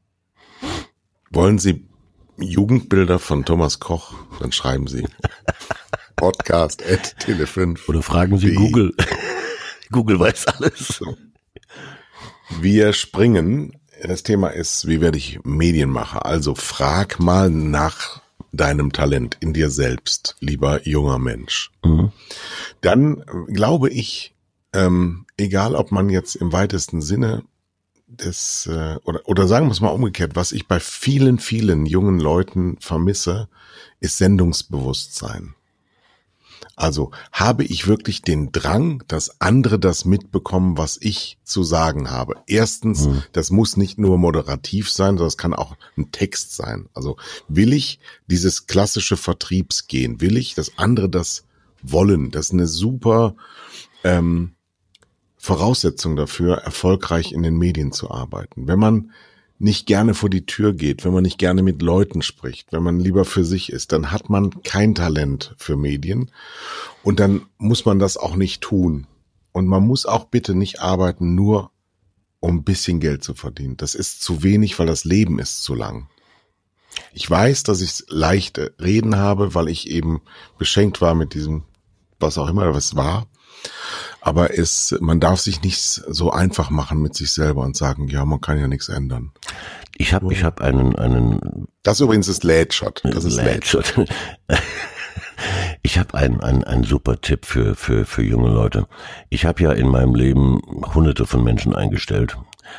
Wollen Sie Jugendbilder von Thomas Koch? Dann schreiben Sie podcast@tele5. Oder fragen Sie Google. Google weiß alles. Wir springen. Das Thema ist, wie werde ich Medienmacher? Also frag mal nach deinem Talent in dir selbst, lieber junger Mensch. Mhm. Dann glaube ich, egal ob man jetzt im weitesten Sinne oder sagen wir es mal umgekehrt, was ich bei vielen, vielen jungen Leuten vermisse, ist Sendungsbewusstsein. Also habe ich wirklich den Drang, dass andere das mitbekommen, was ich zu sagen habe. Erstens, das muss nicht nur moderativ sein, sondern es kann auch ein Text sein. Also will ich dieses klassische Vertriebsgehen, will ich, dass andere das wollen. Das ist eine super Voraussetzung dafür, erfolgreich in den Medien zu arbeiten. Wenn man nicht gerne vor die Tür geht, wenn man nicht gerne mit Leuten spricht, wenn man lieber für sich ist, dann hat man kein Talent für Medien und dann muss man das auch nicht tun. Und man muss auch bitte nicht arbeiten, nur um ein bisschen Geld zu verdienen. Das ist zu wenig, weil das Leben ist zu lang. Ich weiß, dass ich leichte Reden habe, weil ich eben beschenkt war mit diesem, was auch immer was war. Aber man darf sich nicht so einfach machen mit sich selber und sagen, ja, man kann ja nichts ändern. Ich hab einen. Das übrigens ist Lädshot. Das ist Lädshot. Ich habe einen super Tipp für junge Leute. Ich habe ja in meinem Leben Hunderte von Menschen eingestellt.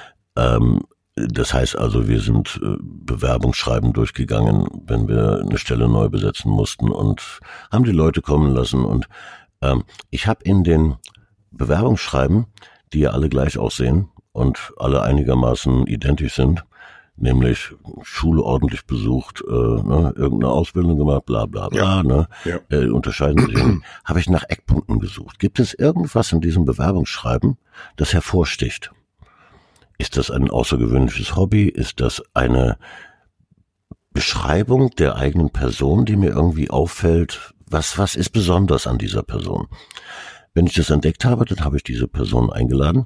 Das heißt also, wir sind Bewerbungsschreiben durchgegangen, wenn wir eine Stelle neu besetzen mussten und haben die Leute kommen lassen. Und ich habe in den Bewerbungsschreiben, die ja alle gleich aussehen und alle einigermaßen identisch sind, nämlich Schule ordentlich besucht, irgendeine Ausbildung gemacht, bla bla bla, unterscheiden sich, habe ich nach Eckpunkten gesucht. Gibt es irgendwas in diesem Bewerbungsschreiben, das hervorsticht? Ist das ein außergewöhnliches Hobby? Ist das eine Beschreibung der eigenen Person, die mir irgendwie auffällt? Was ist besonders an dieser Person? Wenn ich das entdeckt habe, dann habe ich diese Person eingeladen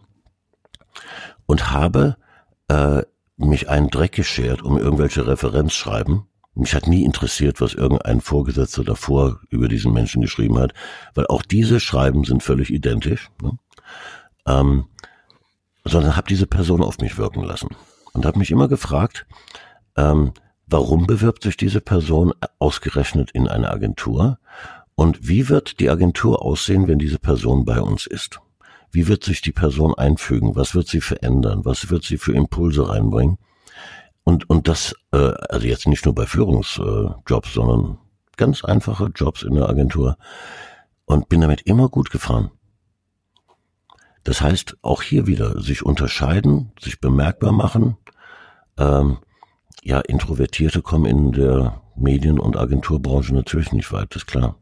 und habe mich einen Dreck geschert um irgendwelche Referenzschreiben. Mich hat nie interessiert, was irgendein Vorgesetzter davor über diesen Menschen geschrieben hat, weil auch diese Schreiben sind völlig identisch. Ne? sondern habe diese Person auf mich wirken lassen und habe mich immer gefragt, warum bewirbt sich diese Person ausgerechnet in eine Agentur und wie wird die Agentur aussehen, wenn diese Person bei uns ist? Wie wird sich die Person einfügen? Was wird sie verändern? Was wird sie für Impulse reinbringen? Und das, also jetzt nicht nur bei Führungsjobs, sondern ganz einfache Jobs in der Agentur und bin damit immer gut gefahren. Das heißt, auch hier wieder sich unterscheiden, sich bemerkbar machen. Introvertierte kommen in der Medien- und Agenturbranche natürlich nicht weit, das ist klar.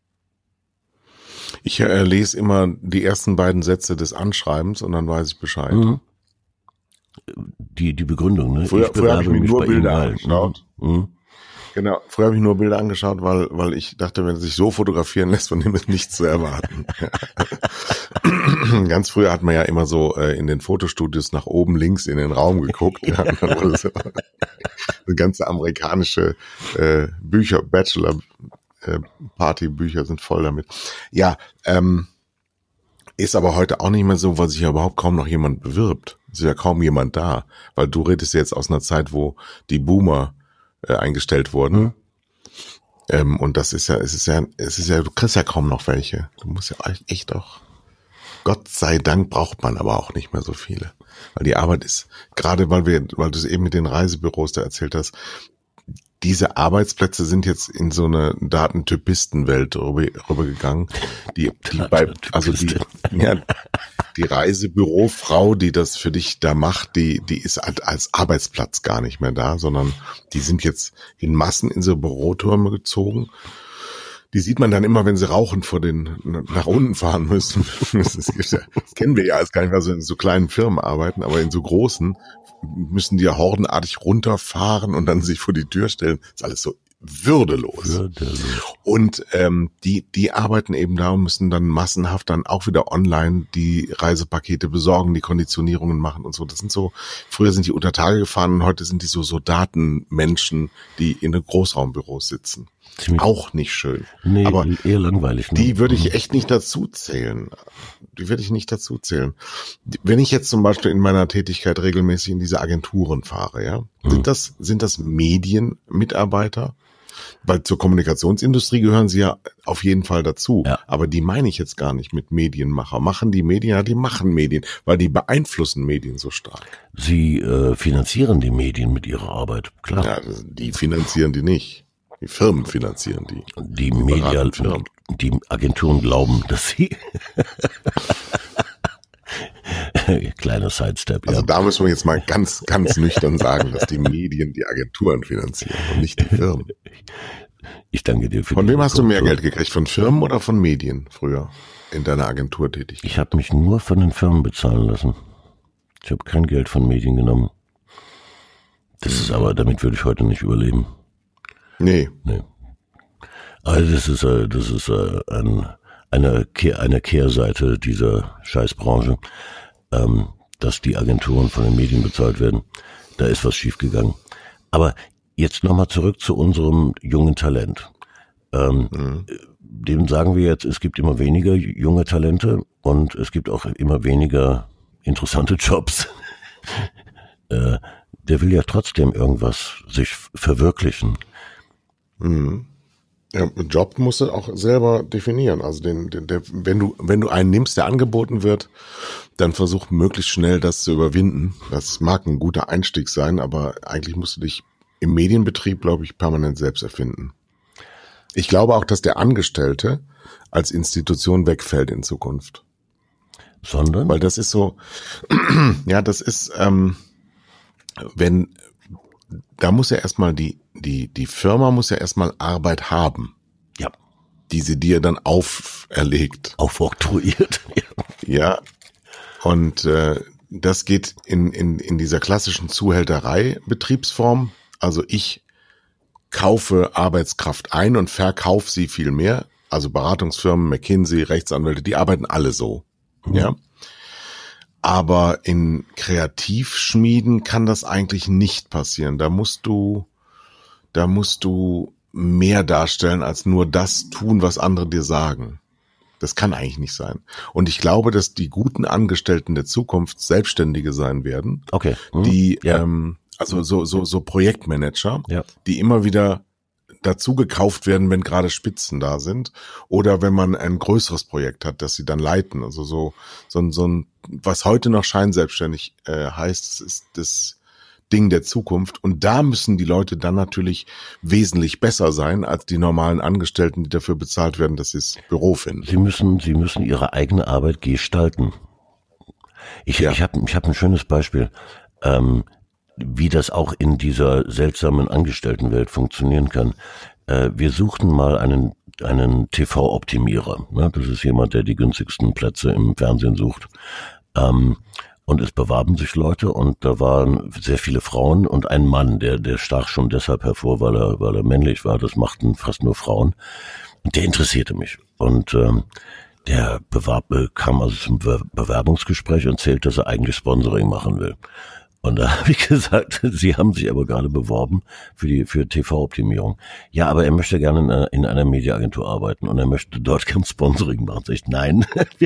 Ich lese immer die ersten beiden Sätze des Anschreibens und dann weiß ich Bescheid. Mhm. Die Begründung, ne? Früher habe ich mir nur Bilder angeschaut. Mhm. Genau, früher habe ich nur Bilder angeschaut, weil ich dachte, wenn es sich so fotografieren lässt, von dem ist nichts zu erwarten. Ganz früher hat man ja immer so in den Fotostudios nach oben links in den Raum geguckt. Ja, und dann wurde so eine ganze amerikanische Bücher, Bachelor-Party-Bücher sind voll damit. Ja, ist aber heute auch nicht mehr so, weil sich ja überhaupt kaum noch jemand bewirbt. Es ist ja kaum jemand da, weil du redest jetzt aus einer Zeit, wo die Boomer eingestellt wurden. Und das ist ja, es ist ja, du kriegst ja kaum noch welche. Du musst ja echt auch, Gott sei Dank braucht man aber auch nicht mehr so viele. Weil die Arbeit ist, gerade weil du es eben mit den Reisebüros da erzählt hast, diese Arbeitsplätze sind jetzt in so eine Datentypistenwelt rübergegangen. Die Reisebürofrau, die das für dich da macht, die ist halt als Arbeitsplatz gar nicht mehr da, sondern die sind jetzt in Massen in so Bürotürme gezogen. Die sieht man dann immer, wenn sie rauchend nach unten fahren müssen. Das kennen wir ja als gar nicht, weil sie in so kleinen Firmen arbeiten, aber in so großen müssen die ja hordenartig runterfahren und dann sich vor die Tür stellen. Das ist alles so würdelos. Und die arbeiten eben da und müssen dann massenhaft dann auch wieder online die Reisepakete besorgen, die Konditionierungen machen und so. Das sind so, früher sind die unter Tage gefahren und heute sind die so Datenmenschen, die in den Großraumbüros sitzen. Ziemlich auch nicht schön. Nee, aber eher langweilig. Ne? Die würde ich echt nicht dazu zählen. Wenn ich jetzt zum Beispiel in meiner Tätigkeit regelmäßig in diese Agenturen fahre, ja, sind das Medienmitarbeiter? Weil zur Kommunikationsindustrie gehören sie ja auf jeden Fall dazu. Ja. Aber die meine ich jetzt gar nicht mit Medienmacher. Machen die Medien? Ja, die machen Medien, weil die beeinflussen Medien so stark. Sie finanzieren die Medien mit ihrer Arbeit, klar. Ja, die finanzieren die nicht. Die Firmen finanzieren die. Die Agenturen glauben, dass sie kleiner Sidestep, Also da müssen wir jetzt mal ganz, ganz nüchtern sagen, dass die Medien die Agenturen finanzieren und nicht die Firmen. Ich danke dir für Von wem hast du mehr Geld gekriegt? Von Firmen oder von Medien früher in deiner Agenturtätigkeit? Ich habe mich nur von den Firmen bezahlen lassen. Ich habe kein Geld von Medien genommen. Das ist aber, damit würde ich heute nicht überleben. Nee. Also das ist eine Kehrseite dieser Scheißbranche, dass die Agenturen von den Medien bezahlt werden. Da ist was schiefgegangen. Aber jetzt nochmal zurück zu unserem jungen Talent. Dem sagen wir jetzt, es gibt immer weniger junge Talente und es gibt auch immer weniger interessante Jobs. Der will ja trotzdem irgendwas sich verwirklichen. Ja, Job musst du auch selber definieren. Also wenn du einen nimmst, der angeboten wird, dann versuch möglichst schnell das zu überwinden. Das mag ein guter Einstieg sein, aber eigentlich musst du dich im Medienbetrieb, glaube ich, permanent selbst erfinden. Ich glaube auch, dass der Angestellte als Institution wegfällt in Zukunft. Sondern? Weil das ist so, ja, das ist, da muss ja erstmal die Firma muss ja erstmal Arbeit haben. Ja. Die sie dir dann auferlegt. Aufoktroyiert. Ja. Und das geht in dieser klassischen Zuhälterei-Betriebsform. Also ich kaufe Arbeitskraft ein und verkaufe sie viel mehr. Also Beratungsfirmen, McKinsey, Rechtsanwälte, die arbeiten alle so. Ja. Aber in Kreativschmieden kann das eigentlich nicht passieren. Da musst du mehr darstellen, als nur das tun, was andere dir sagen. Das kann eigentlich nicht sein. Und ich glaube, dass die guten Angestellten der Zukunft Selbstständige sein werden. Okay. Die, also so Projektmanager, die immer wieder dazu gekauft werden, wenn gerade Spitzen da sind. Oder wenn man ein größeres Projekt hat, das sie dann leiten. Also so ein, was heute noch scheinselbstständig heißt, ist das Ding der Zukunft. Und da müssen die Leute dann natürlich wesentlich besser sein als die normalen Angestellten, die dafür bezahlt werden, dass sie das Büro finden. Sie müssen ihre eigene Arbeit gestalten. Ich hab ein schönes Beispiel, wie das auch in dieser seltsamen Angestelltenwelt funktionieren kann. Wir suchten mal einen TV-Optimierer. Ne? Das ist jemand, der die günstigsten Plätze im Fernsehen sucht. Und es bewarben sich Leute und da waren sehr viele Frauen und ein Mann, der stach schon deshalb hervor, weil er männlich war. Das machten fast nur Frauen. Und der interessierte mich. Und der kam also zum Bewerbungsgespräch und erzählte, dass er eigentlich Sponsoring machen will. Und da habe ich gesagt, Sie haben sich aber gerade beworben für TV-Optimierung. Ja, aber er möchte gerne in einer Mediaagentur arbeiten und er möchte dort kein Sponsoring machen. Sag ich, nein.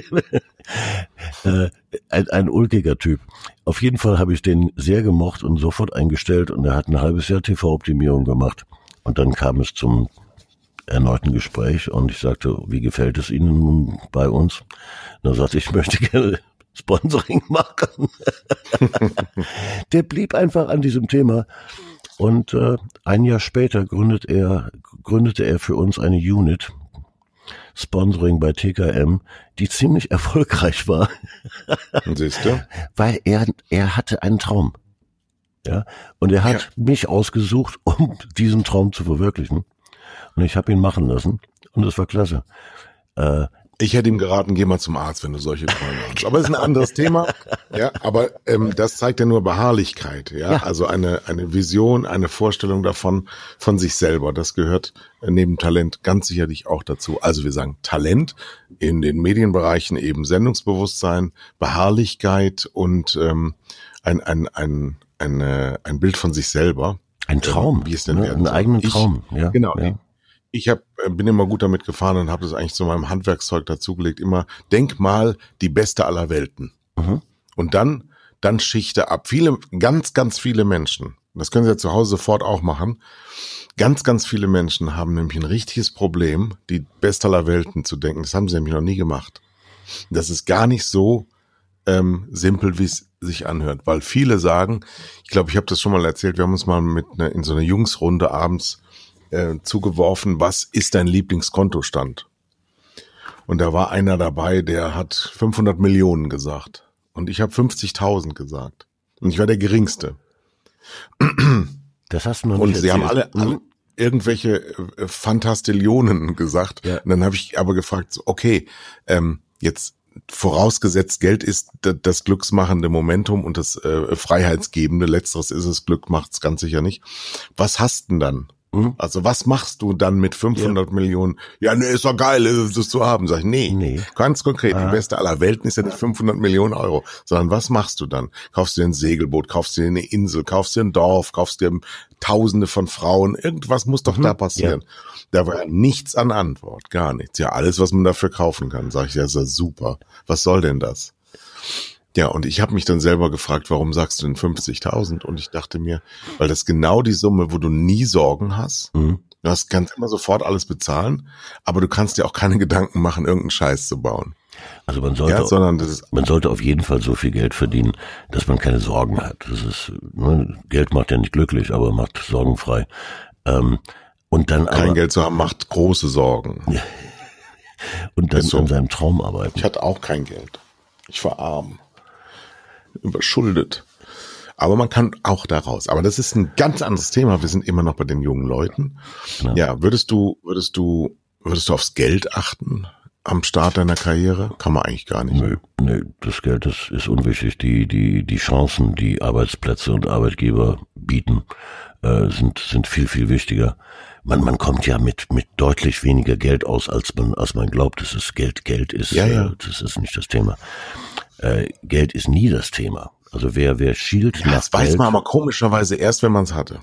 Ein ulkiger Typ. Auf jeden Fall habe ich den sehr gemocht und sofort eingestellt und er hat ein halbes Jahr TV-Optimierung gemacht. Und dann kam es zum erneuten Gespräch und ich sagte, wie gefällt es Ihnen nun bei uns? Und er sagte, ich möchte gerne Sponsoring machen. Der blieb einfach an diesem Thema und ein Jahr später gründete er für uns eine Unit, Sponsoring bei TKM, die ziemlich erfolgreich war. Siehst du? Weil er hatte einen Traum. Ja, und er hat mich ausgesucht, um diesen Traum zu verwirklichen. Und ich habe ihn machen lassen und es war klasse. Ich hätte ihm geraten, geh mal zum Arzt, wenn du solche Träume hast. Aber es ist ein anderes Thema. Ja, aber das zeigt ja nur Beharrlichkeit. Ja, also eine Vision, eine Vorstellung davon von sich selber. Das gehört neben Talent ganz sicherlich auch dazu. Also wir sagen Talent in den Medienbereichen eben Sendungsbewusstsein, Beharrlichkeit und ein Bild von sich selber. Ein Traum, wie es denn einen eigenen Traum. Ja, genau. Ja. Ich bin immer gut damit gefahren und habe das eigentlich zu meinem Handwerkszeug dazugelegt. Immer, denk mal die beste aller Welten. Mhm. Und dann schichte ab. Ganz viele Menschen, das können Sie ja zu Hause sofort auch machen, ganz viele Menschen haben nämlich ein richtiges Problem, die beste aller Welten zu denken. Das haben sie nämlich noch nie gemacht. Das ist gar nicht so simpel, wie es sich anhört. Weil viele sagen, ich glaube, ich habe das schon mal erzählt, wir haben uns mal in so einer Jungsrunde abends zugeworfen, was ist dein Lieblingskontostand? Und da war einer dabei, der hat 500 Millionen gesagt. Und ich habe 50.000 gesagt. Und ich war der Geringste. Das hast du noch nicht Und sie erzählt. haben alle irgendwelche Fantastillionen gesagt. Ja. Und dann habe ich aber gefragt, so, okay, jetzt vorausgesetzt, Geld ist das glücksmachende Momentum und das freiheitsgebende. Letzteres ist es, Glück macht's ganz sicher nicht. Was hast denn dann? Also was machst du dann mit 500 Millionen? Ja, ne, ist doch geil, das zu haben. Sag ich, nee. Ganz konkret, die beste aller Welten ist ja nicht 500 Millionen Euro, sondern was machst du dann? Kaufst du dir ein Segelboot, kaufst du dir eine Insel, kaufst dir ein Dorf, kaufst dir Tausende von Frauen, irgendwas muss doch da passieren. Ja. Da war nichts an Antwort, gar nichts. Ja, alles, was man dafür kaufen kann. Sag ich, ja, ist ja super. Was soll denn das? Ja, und ich habe mich dann selber gefragt, warum sagst du denn 50.000? Und ich dachte mir, weil das genau die Summe, wo du nie Sorgen hast. Du kannst immer sofort alles bezahlen, aber du kannst dir auch keine Gedanken machen, irgendeinen Scheiß zu bauen. Also man sollte auf jeden Fall so viel Geld verdienen, dass man keine Sorgen hat. Das ist, Geld macht ja nicht glücklich, aber macht sorgenfrei. Und dann kein Geld zu haben, macht große Sorgen. Und dann an seinem Traum arbeiten. Ich hatte auch kein Geld. Ich war arm. Überschuldet. Aber man kann auch da raus. Aber das ist ein ganz anderes Thema. Wir sind immer noch bei den jungen Leuten. Genau. Ja, würdest du aufs Geld achten am Start deiner Karriere? Kann man eigentlich gar nicht. Nö, das Geld ist unwichtig. Die Chancen, die Arbeitsplätze und Arbeitgeber bieten, sind viel wichtiger. Man kommt ja mit deutlich weniger Geld aus, als man glaubt. Das ist Geld ist, das ist nicht das Thema. Geld ist nie das Thema. Also wer schielt nach das weiß Geld, man aber komischerweise erst, wenn man es hatte.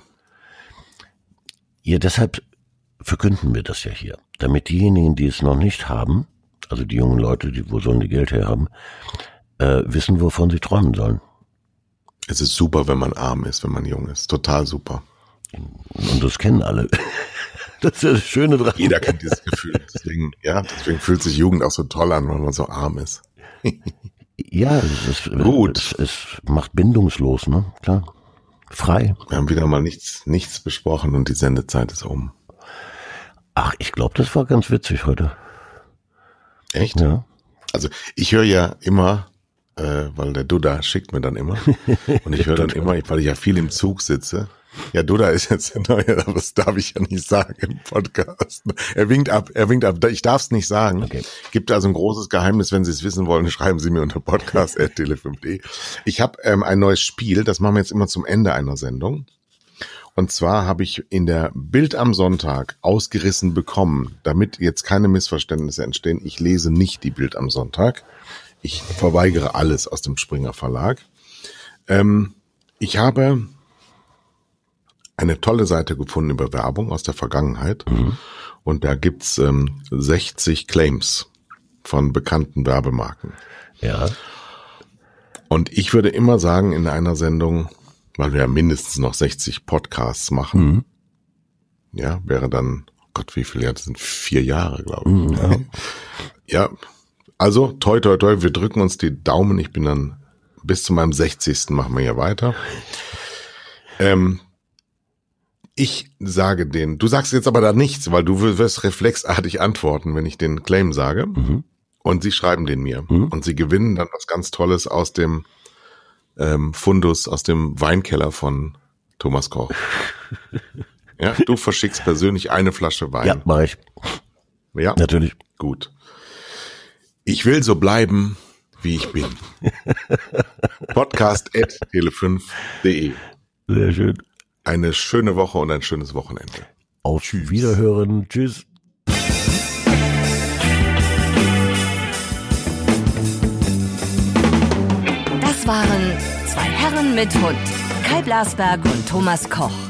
Ja, deshalb verkünden wir das ja hier. Damit diejenigen, die es noch nicht haben, also die jungen Leute, wo sollen die Geld herhaben, wissen, wovon sie träumen sollen. Es ist super, wenn man arm ist, wenn man jung ist. Total super. Und das kennen alle. Das ist ja das Schöne dran. Jeder kennt dieses Gefühl. Deswegen fühlt sich Jugend auch so toll an, wenn man so arm ist. Ja, gut. Es macht bindungslos, ne? Klar. Frei. Wir haben wieder mal nichts besprochen und die Sendezeit ist um. Ach, ich glaube, das war ganz witzig heute. Echt? Ja. Also ich höre ja immer, weil der Duda schickt mir dann immer. Und ich höre dann immer, weil ich ja viel im Zug sitze. Ja, Duda ist jetzt der Neue, aber das darf ich ja nicht sagen im Podcast. Er winkt ab. Ich darf es nicht sagen. Okay. Gibt also ein großes Geheimnis, wenn Sie es wissen wollen, schreiben Sie mir unter podcast@tele5.de. Ich habe ein neues Spiel, das machen wir jetzt immer zum Ende einer Sendung. Und zwar habe ich in der Bild am Sonntag ausgerissen bekommen, damit jetzt keine Missverständnisse entstehen. Ich lese nicht die Bild am Sonntag. Ich verweigere alles aus dem Springer Verlag. Ich habe eine tolle Seite gefunden über Werbung aus der Vergangenheit. Und da gibt's 60 Claims von bekannten Werbemarken. Ja. Und ich würde immer sagen, in einer Sendung, weil wir ja mindestens noch 60 Podcasts machen, ja, wäre dann, Gott, wie viele Jahre? Das sind 4 Jahre, glaube ich. Ja. Ja, also toi, toi, toi, wir drücken uns die Daumen. Ich bin dann bis zu meinem 60. machen wir hier weiter. Ich sage du sagst jetzt aber da nichts, weil du wirst reflexartig antworten, wenn ich den Claim sage. Und sie schreiben den mir. Und sie gewinnen dann was ganz Tolles aus dem Fundus, aus dem Weinkeller von Thomas Koch. Ja, du verschickst persönlich eine Flasche Wein. Ja, mach ich. Ja, natürlich. Gut. Ich will so bleiben, wie ich bin. Podcast@tele5.de. Sehr schön. Eine schöne Woche und ein schönes Wochenende. Auf Wiederhören. Tschüss. Das waren 2 Herren mit Hund. Kai Blasberg und Thomas Koch.